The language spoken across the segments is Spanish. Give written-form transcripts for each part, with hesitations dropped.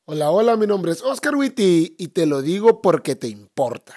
Hola, hola, mi nombre es Oscar Witty y te lo digo porque te importa.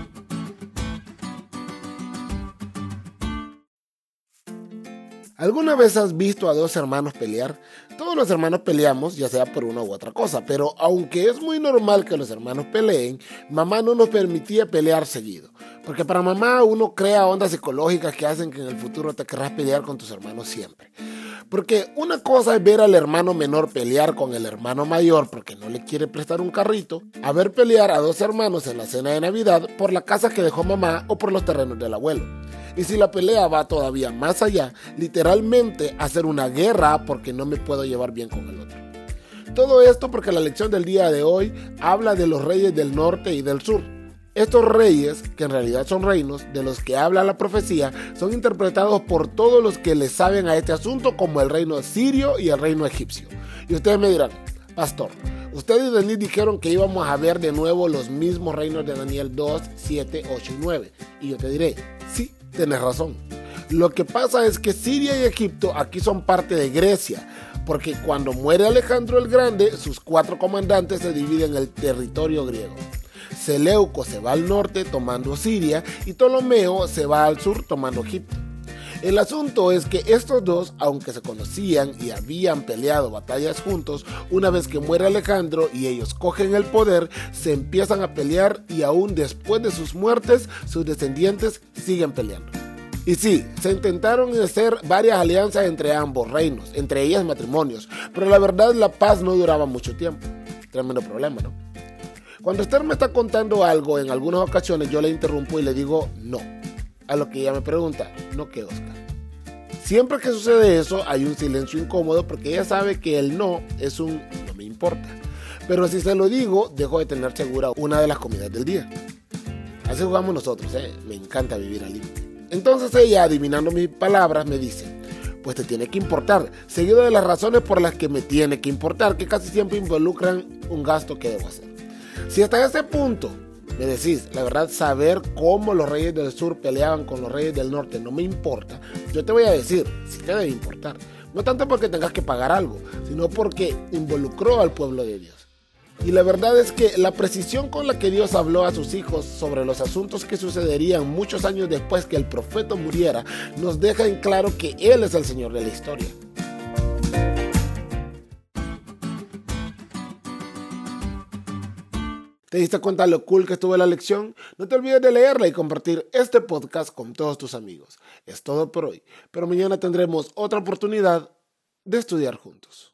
¿Alguna vez has visto a dos hermanos pelear? Todos los hermanos peleamos, ya sea por una u otra cosa, pero aunque es muy normal que los hermanos peleen, mamá no nos permitía pelear seguido. Porque para mamá uno crea ondas psicológicas que hacen que en el futuro te querrás pelear con tus hermanos siempre. Porque una cosa es ver al hermano menor pelear con el hermano mayor porque no le quiere prestar un carrito, a ver pelear a dos hermanos en la cena de Navidad por la casa que dejó mamá o por los terrenos del abuelo. Y si la pelea va todavía más allá, literalmente hacer una guerra porque no me puedo llevar bien con el otro. Todo esto porque la lección del día de hoy habla de los reyes del norte y del sur. Estos reyes, que en realidad son reinos, de los que habla la profecía, son interpretados por todos los que le saben a este asunto como el reino sirio y el reino egipcio. Y ustedes me dirán, pastor, ustedes y Denis dijeron que íbamos a ver de nuevo los mismos reinos de Daniel 2, 7, 8 y 9. Y yo te diré, sí, tienes razón. Lo que pasa es que Siria y Egipto aquí son parte de Grecia, porque cuando muere Alejandro el Grande, sus 4 comandantes se dividen el territorio griego. Seleuco se va al norte tomando Siria y Ptolomeo se va al sur tomando Egipto. El asunto es que estos dos, aunque se conocían y habían peleado batallas juntos, una vez que muere Alejandro y ellos cogen el poder, se empiezan a pelear y aún después de sus muertes, sus descendientes siguen peleando. Y sí, se intentaron hacer varias alianzas entre ambos reinos, entre ellas matrimonios, pero la verdad la paz no duraba mucho tiempo. Tremendo problema, ¿no? Cuando Esther me está contando algo, en algunas ocasiones yo le interrumpo y le digo no. A lo que ella me pregunta, ¿no qué, Oscar? Siempre que sucede eso, hay un silencio incómodo porque ella sabe que el no es un no me importa. Pero si se lo digo, dejo de tener segura una de las comidas del día. Así jugamos nosotros, me encanta vivir al límite. Entonces ella, adivinando mis palabras, me dice, pues te tiene que importar, seguido de las razones por las que me tiene que importar, que casi siempre involucran un gasto que debo hacer. Si hasta ese punto me decís, la verdad, saber cómo los reyes del sur peleaban con los reyes del norte no me importa, yo te voy a decir, sí te debe importar. No tanto porque tengas que pagar algo, sino porque involucró al pueblo de Dios. Y la verdad es que la precisión con la que Dios habló a sus hijos sobre los asuntos que sucederían muchos años después que el profeta muriera, nos deja en claro que Él es el Señor de la historia. ¿Te diste cuenta lo cool que estuvo la lección? No te olvides de leerla y compartir este podcast con todos tus amigos. Es todo por hoy, pero mañana tendremos otra oportunidad de estudiar juntos.